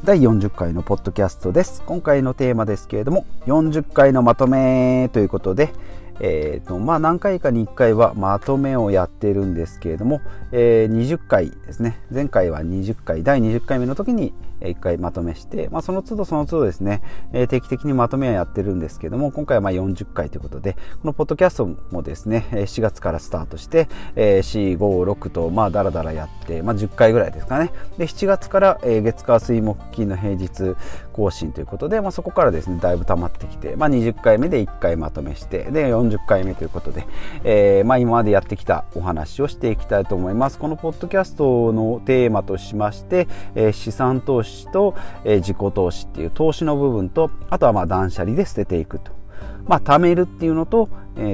第40回のポッドキャストです。今回のテーマですけれども、40回のまとめということで、何回かに1回はまとめをやっているんですけれども、20回ですね。前回は20回、第20回目の時に1回まとめして、その都度ですね、定期的にまとめはやってるんですけれども、今回は40回ということで、このポッドキャストもですね、4月からスタートして、4、5、6とだらだらやって、10回ぐらいですかね。で、7月から、月火水木金の平日更新ということで、そこからですね、だいぶ溜まってきて、20回目で1回まとめして、で、40回目ということで、今までやってきたお話をしていきたいと思います。このポッドキャストのテーマとしまして、資産投資と、自己投資っていう投資の部分と、あとは断捨離で捨てていくと、貯めるっていうのと、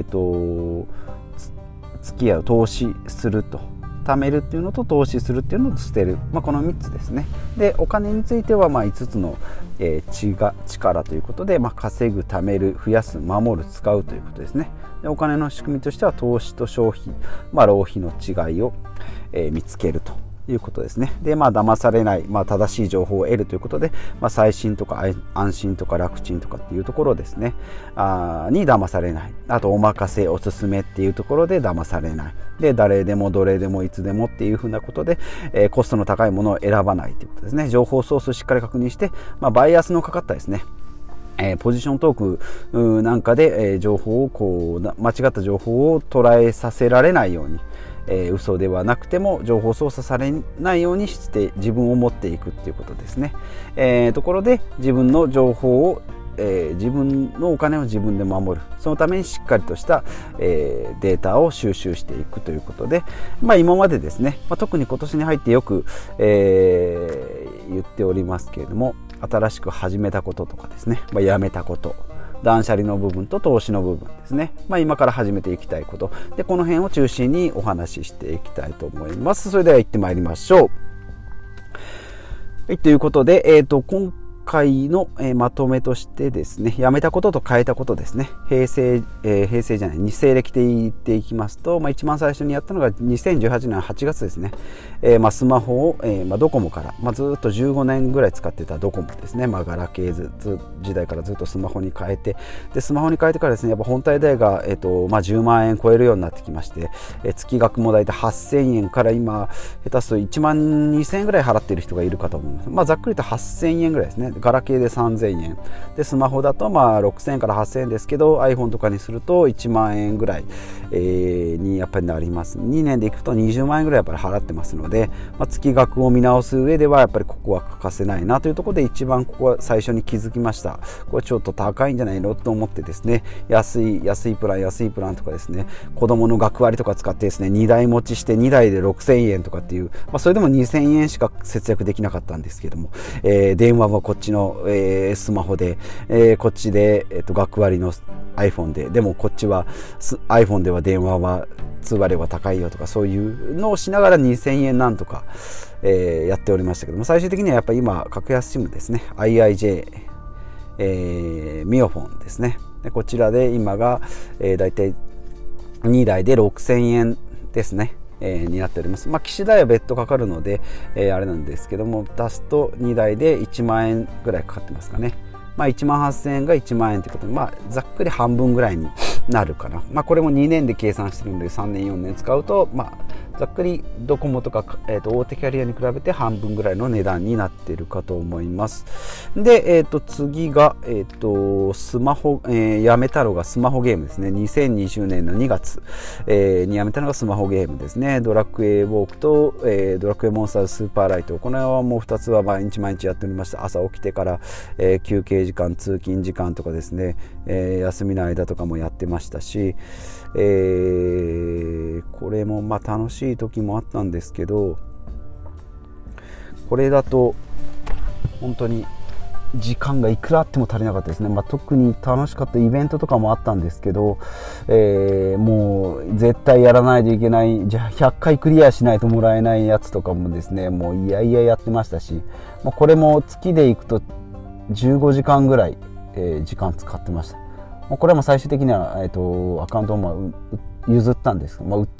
付き合う、投資すると、貯めるっていうのと投資するっていうのと捨てる、この3つですね。で、お金については5つの、力ということで、稼ぐ、貯める、増やす、守る、使うということですね。で、お金の仕組みとしては投資と消費、浪費の違いを、見つけるということですね。で、騙されない、正しい情報を得るということで、最新とか安心とか楽ちんとかっていうところですね、に騙されない。あと、お任せ、おすすめっていうところで騙されない。で、誰でもどれでもいつでもっていうふうなことで、コストの高いものを選ばないということですね。情報ソースをしっかり確認して、バイアスのかかったですね、ポジショントークなんかで、情報を間違った情報を捉えさせられないように、嘘ではなくても情報操作されないようにして自分を持っていくっていうことですね。ところで自分の情報を、自分のお金を自分で守る、そのためにしっかりとした、データを収集していくということで、今までですね、特に今年に入ってよく、言っておりますけれども、新しく始めたこととかですね、やめたこと、断捨離の部分と投資の部分ですね、今から始めていきたいことで、この辺を中心にお話ししていきたいと思います。それでは行ってまいりましょう。はい、ということで、今回の、まとめとしてですね、やめたことと変えたことですね。日西暦で言っていきますと、一番最初にやったのが2018年8月ですね。スマホを、ドコモから、ずっと15年ぐらい使ってたドコモですね。ガラケー時代からずっとスマホに変えて、でスマホに変えてからですね、やっぱ本体代が、10万円超えるようになってきまして、月額もだいたい8000円から今下手すると1万2000円ぐらい払っている人がいるかと思います。ざっくりと8000円ぐらいですね。ガラケーで3000円で、スマホだと6000円から8000円ですけど、 iPhone とかにすると1万円ぐらい、にやっぱりなります。2年でいくと20万円ぐらいやっぱり払ってますので、月額を見直す上ではやっぱりここは欠かせないなというところで、一番ここは最初に気づきました。これちょっと高いんじゃないのと思ってですね、安いプランとかですね、子供の学割とか使ってですね、2台持ちして2台で6000円とかっていう、それでも2000円しか節約できなかったんですけども、電話はこっちの、スマホで、こっちで、学割の iPhone でもこっちは iPhone では電話は通話料が高いよとか、そういうのをしながら2000円なんとか、やっておりましたけども、最終的にはやっぱり今格安 SIM ですね、 IIJ、ミオフォンですね。でこちらで今が、だいたい2台で6000円ですね、になっております。機種代は別途かかるので、あれなんですけども、出すと2台で1万円ぐらいかかってますかね。1万8000円が1万円ということで、ざっくり半分ぐらいになるかな。これも2年で計算してるので、3年4年使うと、ざっくりドコモとか、大手キャリアに比べて半分ぐらいの値段になっているかと思います。で、次が、スマホ、やめたのがスマホゲームですね。2020年の2月、にやめたのがスマホゲームですね。ドラクエウォークと、ドラクエモンスターズスーパーライト、このはもう2つは毎日やっておりました。朝起きてから、休憩時間、通勤時間とかですね、休みの間とかもやってましたし、これも楽しい時もあったんですけど、これだと本当に時間がいくらあっても足りなかったですね。特に楽しかったイベントとかもあったんですけど、もう絶対やらないといけない、じゃあ100回クリアしないともらえないやつとかもですね、もういやいややってましたし、これも月でいくと15時間ぐらい、時間使ってました。これも最終的には、アカウントを譲ったんです。売った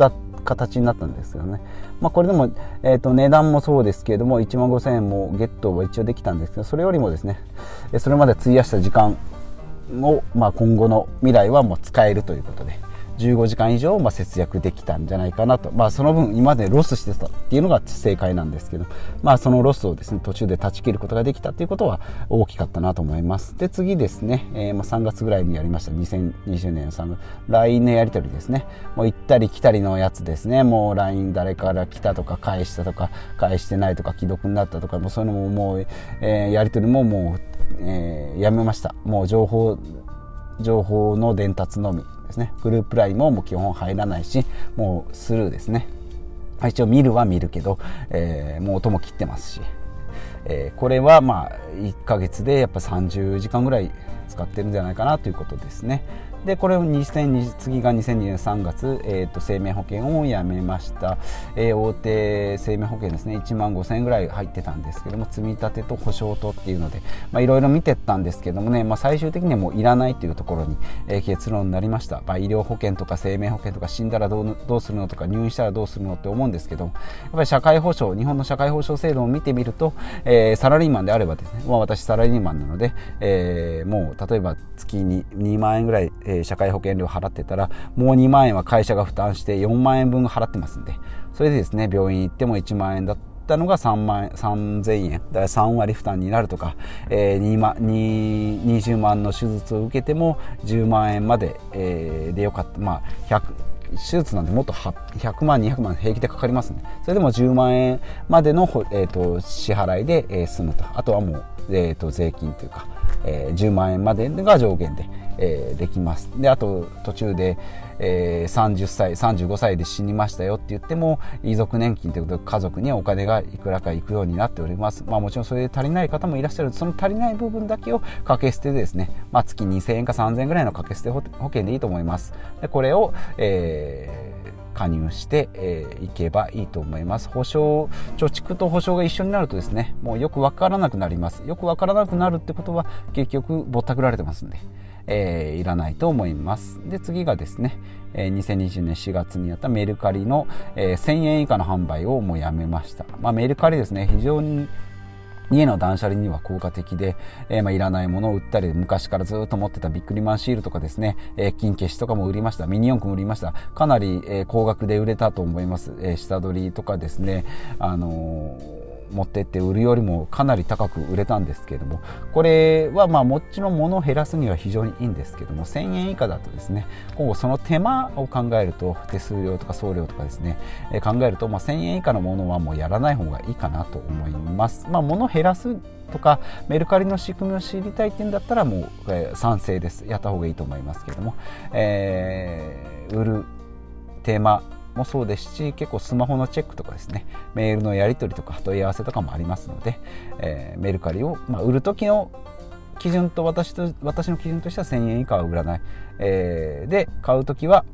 形になったんですよね。これでも、値段もそうですけれども1万5000円もゲットは一応できたんですけど、それよりもですねそれまで費やした時間を、今後の未来はもう使えるということで15時間以上節約できたんじゃないかなと、その分今までロスしてたっていうのが正解なんですけど、そのロスをですね途中で断ち切ることができたということは大きかったなと思います。で次ですね、3月ぐらいにやりました2020年3月 LINE のやり取りですね。もう行ったり来たりのやつですね。もう LINE 誰から来たとか返したとか返してないとか既読になったとか、もうそういうのももう、やり取りももう、やめました。もう情報の伝達のみですね。グループ LINE ももう基本入らないし、もうスルーですね。一応見るは見るけど、もう音も切ってますし、これは1ヶ月でやっぱ30時間ぐらい使ってるんじゃないかなということですね。でこれを次が2020年3月、生命保険をやめました。大手生命保険ですね、1万5000円ぐらい入ってたんですけども、積み立てと保証とっていうのでいろいろ見てったんですけどもね、最終的にはもういらないというところに、結論になりました。医療保険とか生命保険とか死んだらどうするのとか入院したらどうするのって思うんですけど、やっぱり社会保障、日本の社会保障制度を見てみると、サラリーマンであればですね、私サラリーマンなので、もう例えば月に2万円ぐらい、社会保険料払ってたら、もう2万円は会社が負担して4万円分払ってますんで、それでですね病院行っても1万円だったのが3000円だから3割負担になるとか、20万の手術を受けても10万円まで、でよかった。手術なんでもっと100万200万平気でかかりますね。それでも10万円までの、支払いで、済むと。あとはもう、税金というか、10万円までが上限で、できます。であと途中で、30歳35歳で死にましたよって言っても遺族年金ということで家族にお金がいくらかいくようになっております。もちろんそれで足りない方もいらっしゃる。その足りない部分だけを掛け捨てでですね、月2000円か3000円ぐらいの掛け捨て保険でいいと思います。でこれを、加入していけばいいと思います。貯蓄と保証が一緒になるとですね、もうよくわからなくなります。よくわからなくなるってことは結局ぼったくられてますんで、いらないと思います。で次がですね、2020年4月にやったメルカリの、1000円以下の販売をもうやめました。メルカリですね、非常に家の断捨離には効果的で、いらないものを売ったり、昔からずっと持ってたビックリマンシールとかですね、金消しとかも売りました。ミニ四駆も売りました。かなり、高額で売れたと思います。下取りとかですね、持ってって売るよりもかなり高く売れたんですけれども、これはもちろん物を減らすには非常にいいんですけども、1000円以下だとですね、今後その手間を考えると、手数料とか送料とかですね、考えると、1000円以下のものはもうやらない方がいいかなと思います。物を減らすとかメルカリの仕組みを知りたいっていうんだったらもう、賛成です。やった方がいいと思いますけれども、売る手間もそうですし、結構スマホのチェックとかですね、メールのやり取りとか問い合わせとかもありますので、メルカリを、売る時の基準と私の基準としては1000円以下は売らない、で買う時は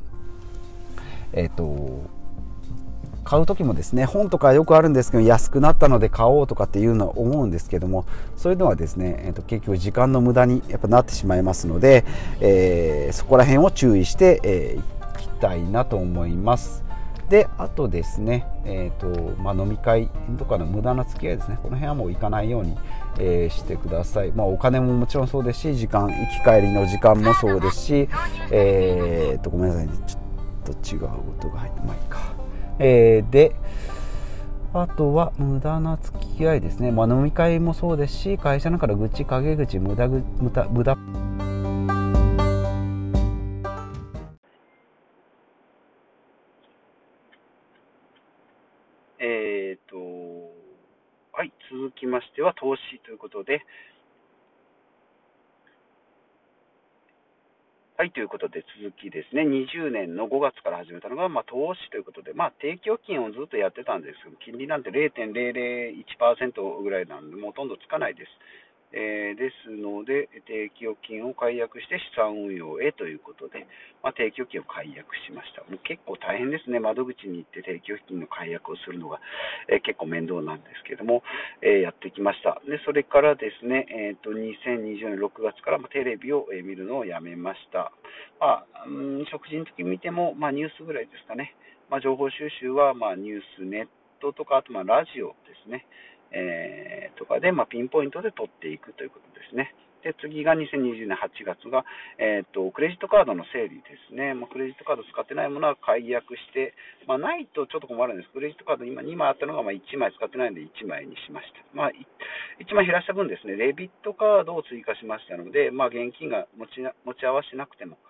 買う時もですね、本とかよくあるんですけど、安くなったので買おうとかっていうのは思うんですけども、そういうのはですね、結局時間の無駄にやっぱなってしまいますので、そこら辺を注意して、いきたいなと思います。であとですね、飲み会とかの無駄な付き合いですね、この辺はもう行かないように、してください。お金ももちろんそうですし、行き帰りの時間もそうですし、ごめんなさいね、ちょっと違う音が入ってまいか。であとは無駄な付き合いですね、飲み会もそうですし、会社の中の愚痴陰口無駄はい、続きましては投資ということで、はい、ということで続きですね、20年の5月から始めたのが、投資ということで、定期預金をずっとやってたんですけど、金利なんて 0.001% ぐらいなんで、もうほとんどつかないです。ですので、定期預金を解約して資産運用へということで、定期預金を解約しました。もう結構大変ですね。窓口に行って定期預金の解約をするのが、結構面倒なんですけども、やってきました。で、それからですね、2020年6月からテレビを見るのをやめました。食事の時見ても、ニュースぐらいですかね。 情報収集は、ニュース、ネットとか、あとラジオですね、とかで、ピンポイントで取っていくということですね。で、次が2020年8月が、クレジットカードの整理ですね。クレジットカード使ってないものは解約して、ないとちょっと困るんです。クレジットカード今2枚あったのが1枚使ってないので1枚にしました。1枚減らした分ですね、デビットカードを追加しましたので、現金が持ち合わせなくても、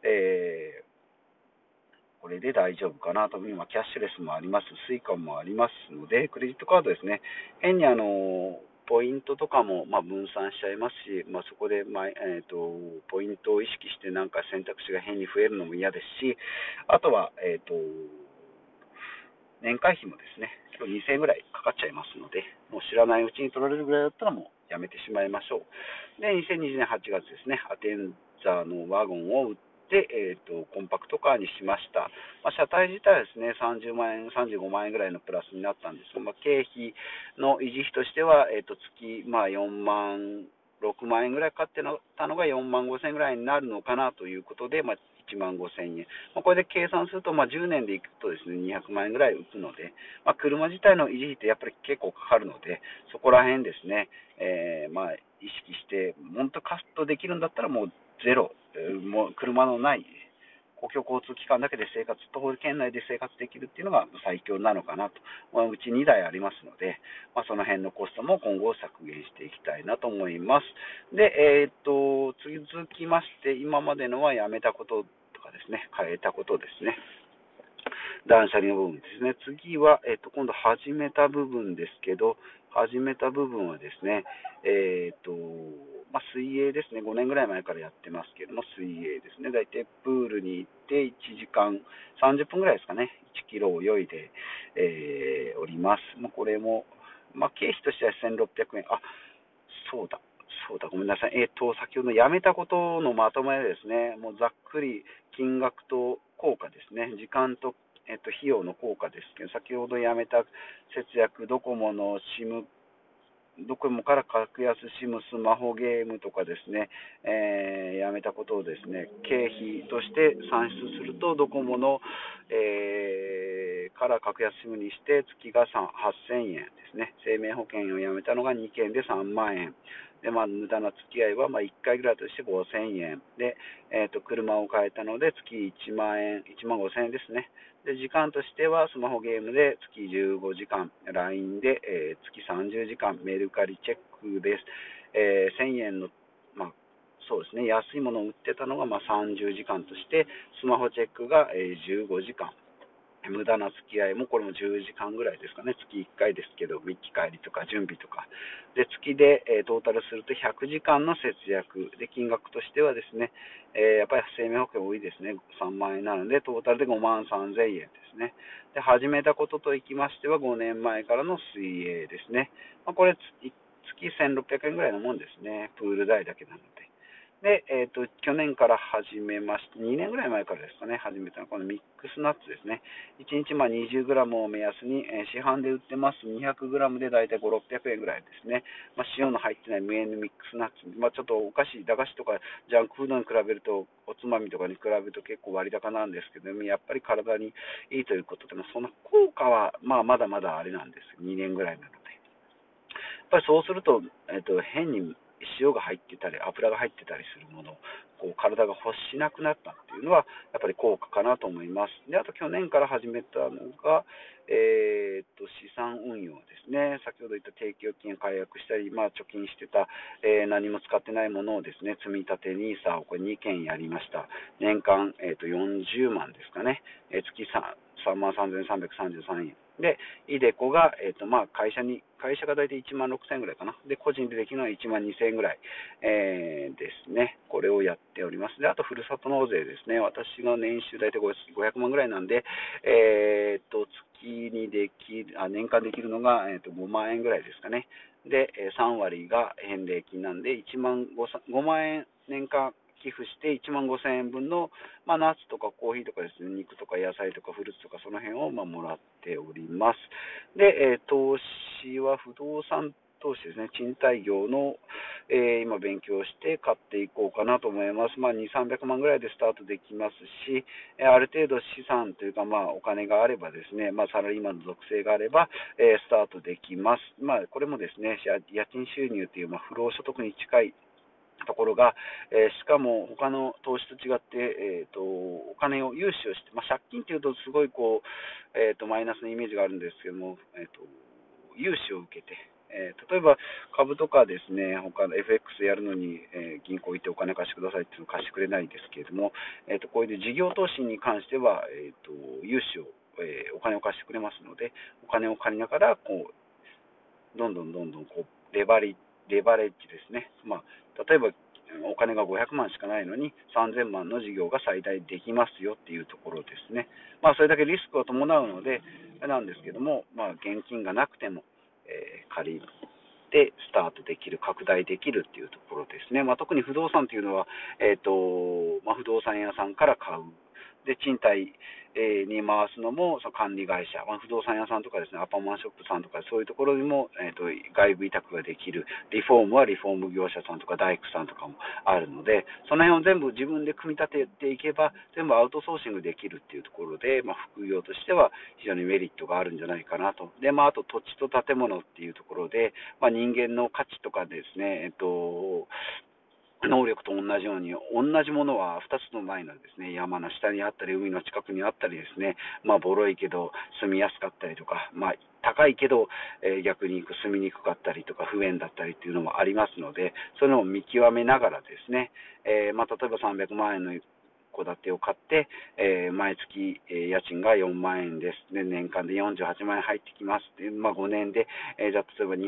これで大丈夫かなと。今、キャッシュレスもあります、スイカもありますので、クレジットカードですね、変にポイントとかも分散しちゃいますし、そこで、ポイントを意識してなんか選択肢が変に増えるのも嫌ですし、あとは、年会費もですね、2000円ぐらいかかっちゃいますので、もう知らないうちに取られるぐらいだったらもうやめてしまいましょう。で、2020年8月ですね、アテンザーのワゴンを売って、コンパクトカーにしました。車体自体はですね、30万円、35万円ぐらいのプラスになったんですが、経費の維持費としては、月、4万、6万円ぐらいかかってたのが4万5千円ぐらいになるのかなということで、1万5千円。これで計算すると、10年でいくとですね、200万円ぐらい浮くので、車自体の維持費ってやっぱり結構かかるので、そこら辺ですね、意識して、本当カットできるんだったらもうゼロ、もう車のない公共交通機関だけで徒歩圏内で生活できるっていうのが最強なのかなと。うち2台ありますので、その辺のコストも今後削減していきたいなと思います。で、続きまして、今までのはやめたこととかですね、変えたことですね。断捨離の部分ですね。次は、今度始めた部分ですけど、始めた部分はですね、水泳ですね。5年ぐらい前からやってますけども、水泳ですね。大体プールに行って1時間30分ぐらいですかね、1キロ泳いで、おります。これも、経費としては1600円。そうだ。ごめんなさい。先ほどやめたことのまとめですね。もうざっくり金額と効果ですね。時間と、費用の効果ですけど、先ほどやめた節約、ドコモから格安SIM、スマホゲームとかですね、やめたことをですね、経費として算出すると、ドコモの、から格安 SIM にして月が8000円ですね。生命保険をやめたのが2件で3万円。で、無駄な付き合いは1回ぐらいとして5000円。で、車を変えたので月1万円、1万5000円ですね。で、時間としてはスマホゲームで月15時間、LINE で、月30時間、メルカリチェックです。1000円の、そうですね、安いものを売ってたのが30時間として、スマホチェックが15時間。無駄な付き合いもこれも10時間ぐらいですかね、月1回ですけど、見帰りとか準備とか、で月で、トータルすると100時間の節約で、金額としてはですね、やっぱり生命保険多いですね、3万円なので、トータルで5万3000円ですね。で、始めたことといきましては、5年前からの水泳ですね。これ、月1600円ぐらいのもんですね、プール代だけなので。で、去年から始めまして、2年ぐらい前からですかね、始めたのはこのミックスナッツですね。1日20g を目安に、市販で売ってます 200g でだいたい5、600円ぐらいですね。塩の入ってない無塩のミックスナッツ。ちょっとお菓子、駄菓子とかジャンクフードに比べると、おつまみとかに比べると結構割高なんですけど、やっぱり体にいいということで、その効果は、まだまだあれなんです。2年ぐらいなので。やっぱりそうすると、変に塩が入ってたり油が入ってたりするものを体が欲しなくなったっていうのはやっぱり効果かなと思います。で、あと去年から始めたのが、資産運用ですね。先ほど言った定期預金を解約したり、貯金してた、何も使ってないものをですね、積み立て NISA をこれ2件やりました。年間、40万ですかね。月3万3333円。で、イデコが、会社が大体1万6000円ぐらいかな。で、個人でできるのは1万2000円ぐらい、ですね。これをやっております。で、あと、ふるさと納税ですね。私が年収大体500万ぐらいなんで、年間できるのが、5万円ぐらいですかね。で、3割が返礼金なんで、5万円年間寄付して1万5000円分の、ナッツとかコーヒーとかですね、肉とか野菜とかフルーツとかその辺をもらっております。で、投資は不動産投資ですね、賃貸業の、今勉強して買っていこうかなと思います。2、300万ぐらいでスタートできますし、ある程度資産というか、お金があればですね、サラリーマンの属性があれば、スタートできます。これもですね、家賃収入という、不労所得に近いところが、しかも他の投資と違って、お金を融資をして、借金というとすごいマイナスのイメージがあるんですけども、融資を受けて、例えば株とかですね、他の FX やるのに、銀行行ってお金貸してくださいっていうのを貸してくれないですけれども、こういう事業投資に関しては、融資を、お金を貸してくれますので、お金を借りながらどんどんレバレッジですね。例えばお金が500万しかないのに3000万の事業が最大できますよっていうところですね。それだけリスクを伴うのでなんですけども、現金がなくても、借りてスタートできる、拡大できるっていうところですね。特に不動産というのは、不動産屋さんから買う。で、賃貸に回すのもその管理会社、不動産屋さんとかですね、アパマンショップさんとかそういうところにも、外部委託ができる、リフォームはリフォーム業者さんとか大工さんとかもあるので、その辺を全部自分で組み立てていけば全部アウトソーシングできるっていうところで、副業としては非常にメリットがあるんじゃないかなと。で、あと土地と建物っていうところで、人間の価値とかですね、能力と同じように、同じものは2つのないのですね、山の下にあったり、海の近くにあったりですね、ボロいけど住みやすかったりとか、高いけど、逆に住みにくかったりとか、不便だったりっていうのもありますので、そういうのを見極めながらですね、例えば300万円の戸建てを買って、毎月、家賃が4万円です。で、年間で48万円入ってきます。で、5年で、じゃあ例えば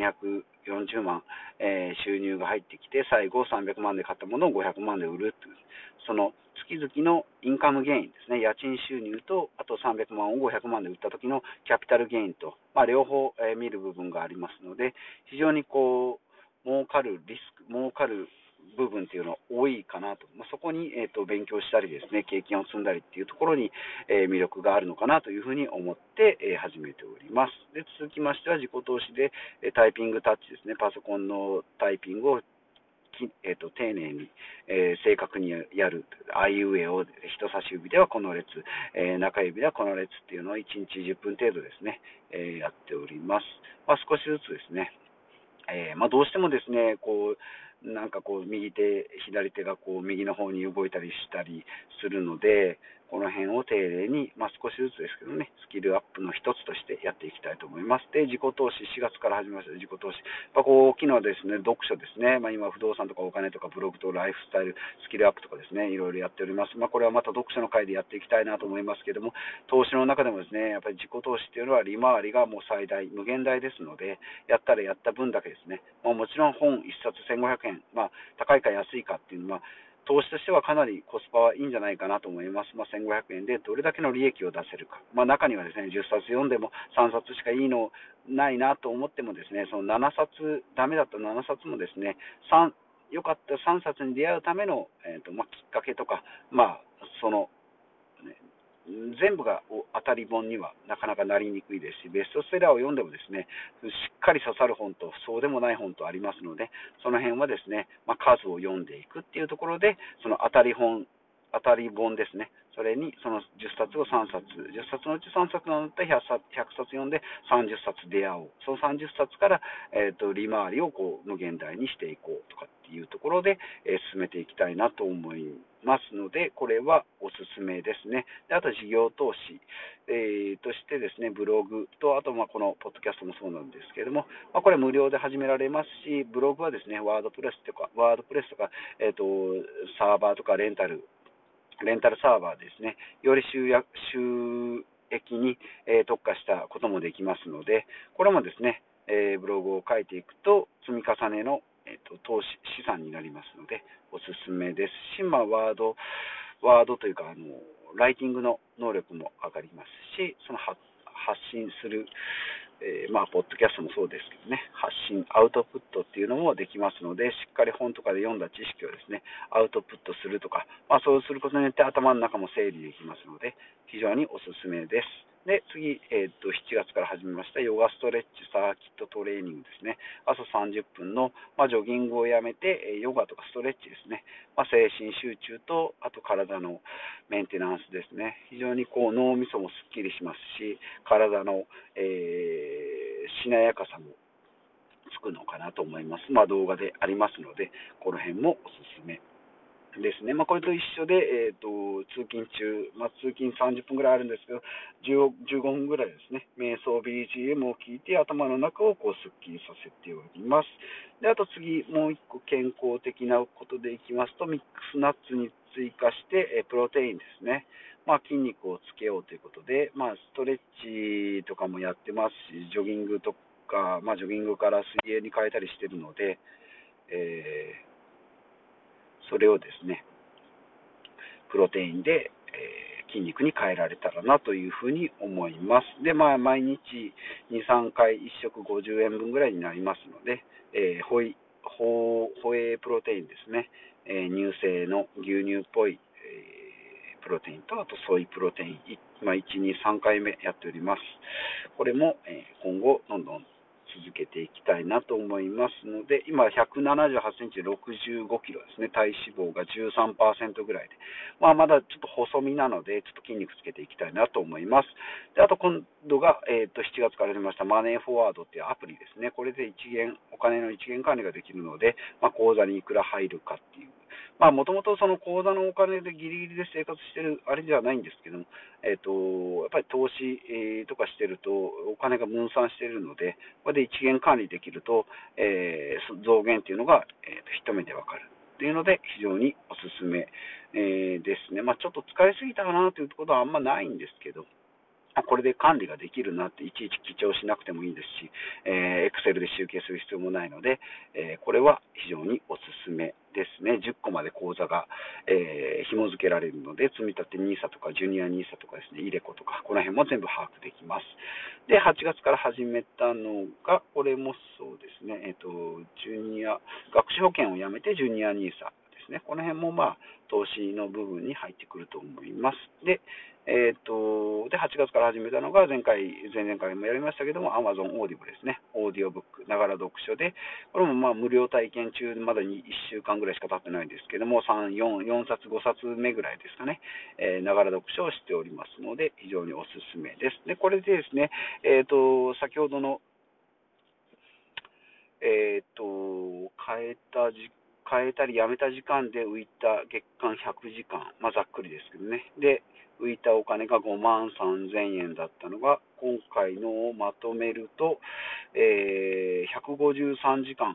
240万、収入が入ってきて、最後300万で買ったものを500万で売るという、その月々のインカムゲインですね、家賃収入と、あと300万を500万で売った時のキャピタルゲインと、両方、見る部分がありますので、非常に儲かる部分っていうのは多いかなと、そこに、勉強したりですね、経験を積んだりっていうところに、魅力があるのかなというふうに思って、始めております。で、続きましては自己投資で、タイピングタッチですね、パソコンのタイピングを丁寧に、正確にやる、あいうえを人差し指ではこの列、中指ではこの列っていうのを1日10分程度ですね、やっております。少しずつですね、どうしてもですね、右手、左手が右の方に動いたりしたりするので、この辺を丁寧に、少しずつですけどね、スキルアップの一つとしてやっていきたいと思います。で、自己投資、4月から始めました自己投資。大きいのはですね、読書ですね。今、不動産とかお金とかブログとライフスタイル、スキルアップとかですね、いろいろやっております。これはまた読書の回でやっていきたいなと思いますけども、投資の中でもですね、やっぱり自己投資っていうのは利回りがもう最大、無限大ですので、やったらやった分だけですね、もちろん本1冊1500円、高いか安いかっていうのは、投資としてはかなりコスパはいいんじゃないかなと思います。1500円でどれだけの利益を出せるか。中にはですね、10冊読んでも3冊しかいいのないなと思ってもですね、その7冊、ダメだった7冊もですね、良かった3冊に出会うための、きっかけとか、その、全部が当たり本にはなかなかなりにくいですし、ベストセラーを読んでもですね、しっかり刺さる本とそうでもない本とありますので、その辺はですね、数を読んでいくっていうところで、その当たり本ですね、それにその10冊を3冊、10冊のうち3冊なので100冊読んで30冊出会おう。その30冊から、利回りを無限大にしていこうとかっていうところで、進めていきたいなと思いますので、これはおすすめですね。で、あと事業投資、としてですね、ブログと、あとこのポッドキャストもそうなんですけれども、これ無料で始められますし、ブログはですね、ワードプレスとか、サーバーとかレンタルサーバーですね、より収益に特化したこともできますので、これもですね、ブログを書いていくと積み重ねの投資資産になりますのでおすすめですし、ワードというかライティングの能力も上がりますし、その発信する、ポッドキャストもそうですけどね、アウトプットっていうのもできますので、しっかり本とかで読んだ知識をですね、アウトプットするとか、そうすることによって頭の中も整理できますので、非常におすすめです。で、次、7月から始めましたヨガストレッチサーキットトレーニングですね。朝30分の、ジョギングをやめて、ヨガとかストレッチですね。精神集中と、あと体のメンテナンスですね。非常に脳みそもすっきりしますし、体の、しなやかさもつくのかなと思います。動画でありますので、この辺もおすすめですね。これと一緒で、通勤中、通勤30分ぐらいあるんですけど、15分ぐらいですね、瞑想 BGM を聞いて、頭の中をすっきりさせております。で、あと次、もう一個健康的なことでいきますと、ミックスナッツに追加して、プロテインですね。筋肉をつけようということで、ストレッチとかもやってますし、ジョギングとか、ジョギングから水泳に変えたりしてるので、それをですね、プロテインで、筋肉に変えられたらなというふうに思います。で、毎日2、3回1食50円分ぐらいになりますので、ホエイプロテインですね、乳製の牛乳っぽい、プロテインと、あとソイプロテイン、1、2、3回目やっております。これも、今後どんどん続けていきたいなと思いますので、今178センチ65キロですね。体脂肪が13%ぐらいで、まだちょっと細身なので、ちょっと筋肉つけていきたいなと思います。で、あと今度が、7月から出ましたマネーフォワードっていうアプリですね。これでお金の一元管理ができるので、口座にいくら入るかっていう。もともとその口座のお金でギリギリで生活してるあれじゃないんですけども、やっぱり投資、とかしてるとお金が分散しているので、これで一元管理できると、増減というのが、一目でわかるというので、非常におすすめ、ですね。ちょっと使いすぎたかなということはあんまないんですけど、これで管理ができるなって、いちいち記帳しなくてもいいですし、Excel で集計する必要もないので、これは非常におすすめですね。10個まで口座が、紐付けられるので、積み立て NISA とかジュニア NISA とかですね、イデコとか、この辺も全部把握できます。で、8月から始めたのが、これもそうですね、ジュニア、学資保険をやめてジュニア NISA ですね。この辺も投資の部分に入ってくると思います。で、8月から始めたのが前々回もやりましたけども、Amazon Audible ですね。オーディオブック、ながら読書で、これも無料体験中、まだ1週間ぐらいしか経ってないんですけども、4冊、5冊目ぐらいですかね、ながら読書をしておりますので、非常におすすめです。で、これでですね、先ほどの、変えたりやめた時間で浮いた月間100時間、ざっくりですけどね。で、浮いたお金が5万3000円だったのが、今回のをまとめると、153時間、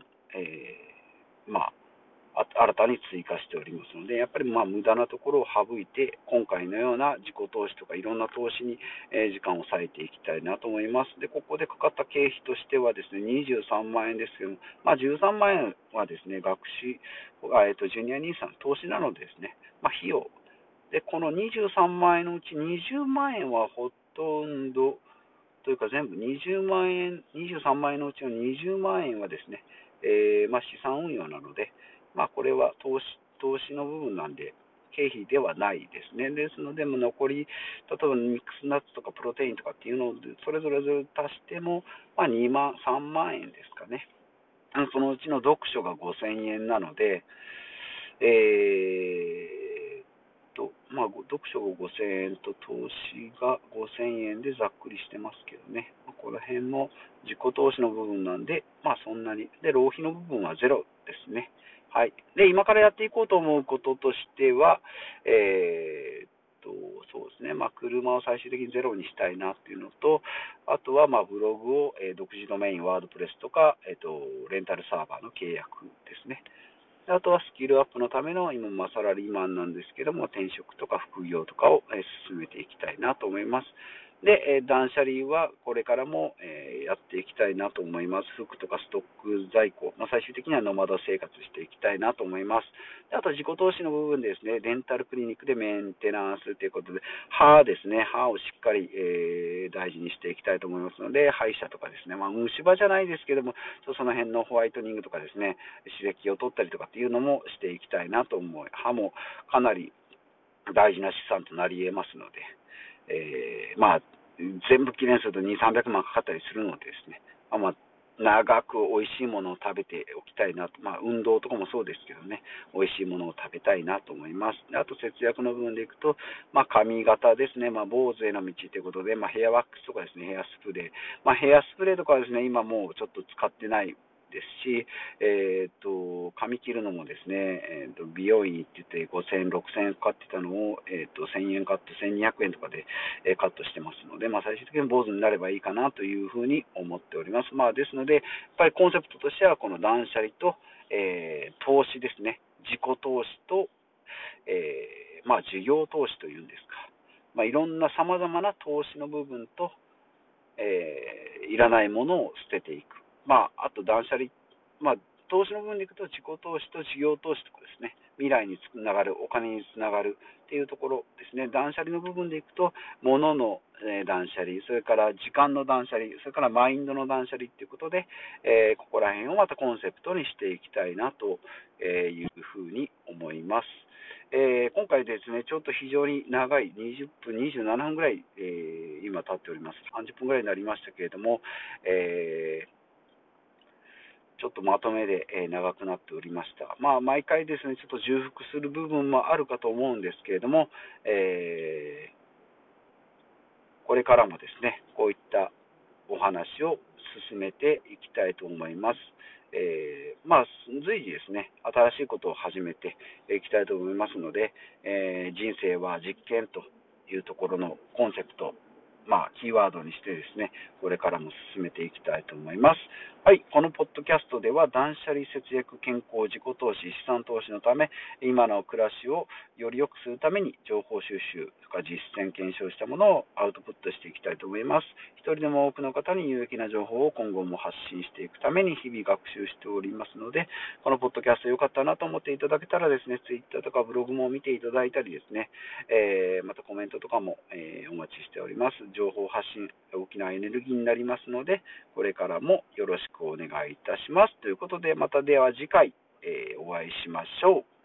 新たに追加しておりますので、やっぱり無駄なところを省いて、今回のような自己投資とかいろんな投資に時間を割いていきたいなと思います。で、ここでかかった経費としてはですね、23万円ですけども、13万円はですね、学資、ジュニア兄さん投資なのでですね、費用。で、この23万円のうち20万円はほとんど、というか全部20万円、23万円のうちの20万円はですね、資産運用なので、これは投資の部分なんで、経費ではないですね。ですので、残り、例えばミックスナッツとかプロテインとかっていうのをそれぞれ足しても、2万、3万円ですかね。そのうちの読書が5000円なので、読書が5000円と投資が5000円でざっくりしてますけどね。この辺も自己投資の部分なんで、そんなに。で、浪費の部分はゼロですね。はい。で、今からやっていこうと思うこととしては、そうですね。車を最終的にゼロにしたいなっていうのと、あとはブログを、独自ドメイン、ワードプレスとか、レンタルサーバーの契約ですね。あとはスキルアップのための、今サラリーマンなんですけども、転職とか副業とかを進めていきたいなと思います。で、断捨離はこれからもやっていきたいなと思います。服とかストック在庫、最終的にはノマド生活していきたいなと思います。で、あと自己投資の部分でですね、レンタルクリニックでメンテナンスということで、歯ですね、歯をしっかり、大事にしていきたいと思いますので、歯医者とかですね、虫歯じゃないですけども、その辺のホワイトニングとかですね、歯石を取ったりとかっていうのもしていきたいなと思う。歯もかなり大事な資産となり得ますので、 全部きれいにすると2、300万かかったりするのでですね、長く美味しいものを食べておきたいなと、運動とかもそうですけどね、美味しいものを食べたいなと思います。であと節約の部分でいくと、髪型ですね、坊主への道ということで、ヘアワックスとかですね、ヘアスプレー、ヘアスプレーとかはですね、今もうちょっと使ってないですし、髪切るのもですね、美容院に行ってて5000円、6000円かかってたのを、1000円カット、1200円とかで、カットしてますので、最終的に坊主になればいいかなというふうに思っております。ですので、やっぱりコンセプトとしては、この断捨離と、投資ですね、自己投資と、事業投資というんですか、いろんなさまざまな投資の部分と、いらないものを捨てていく。あと断捨離、投資の部分でいくと自己投資と事業投資とかですね、未来につながる、お金につながるっていうところですね。断捨離の部分でいくと、物の断捨離、それから時間の断捨離、それからマインドの断捨離っていうことで、ここら辺をまたコンセプトにしていきたいなというふうに思います。今回ですね、ちょっと非常に長い20分、27分ぐらい、今経っております。30分ぐらいになりましたけれども、ちょっとまとめで長くなっておりました。毎回ですね、ちょっと重複する部分もあるかと思うんですけれども、これからもですね、こういったお話を進めていきたいと思います。随時ですね、新しいことを始めていきたいと思いますので、人生は実験というところのコンセプト、キーワードにしてですね、これからも進めていきたいと思います。はい、このポッドキャストでは、断捨離、節約、健康、自己投資、資産投資のため、今の暮らしをより良くするために、情報収集とか実践、検証したものをアウトプットしていきたいと思います。一人でも多くの方に有益な情報を今後も発信していくために、日々学習しておりますので、このポッドキャスト良かったなと思っていただけたらですね、Twitter とかブログも見ていただいたりですね、またコメントとかも、お待ちしております。情報発信、大きなエネルギーになりますので、これからもよろしくお願いいたします。ということで、またでは次回、お会いしましょう。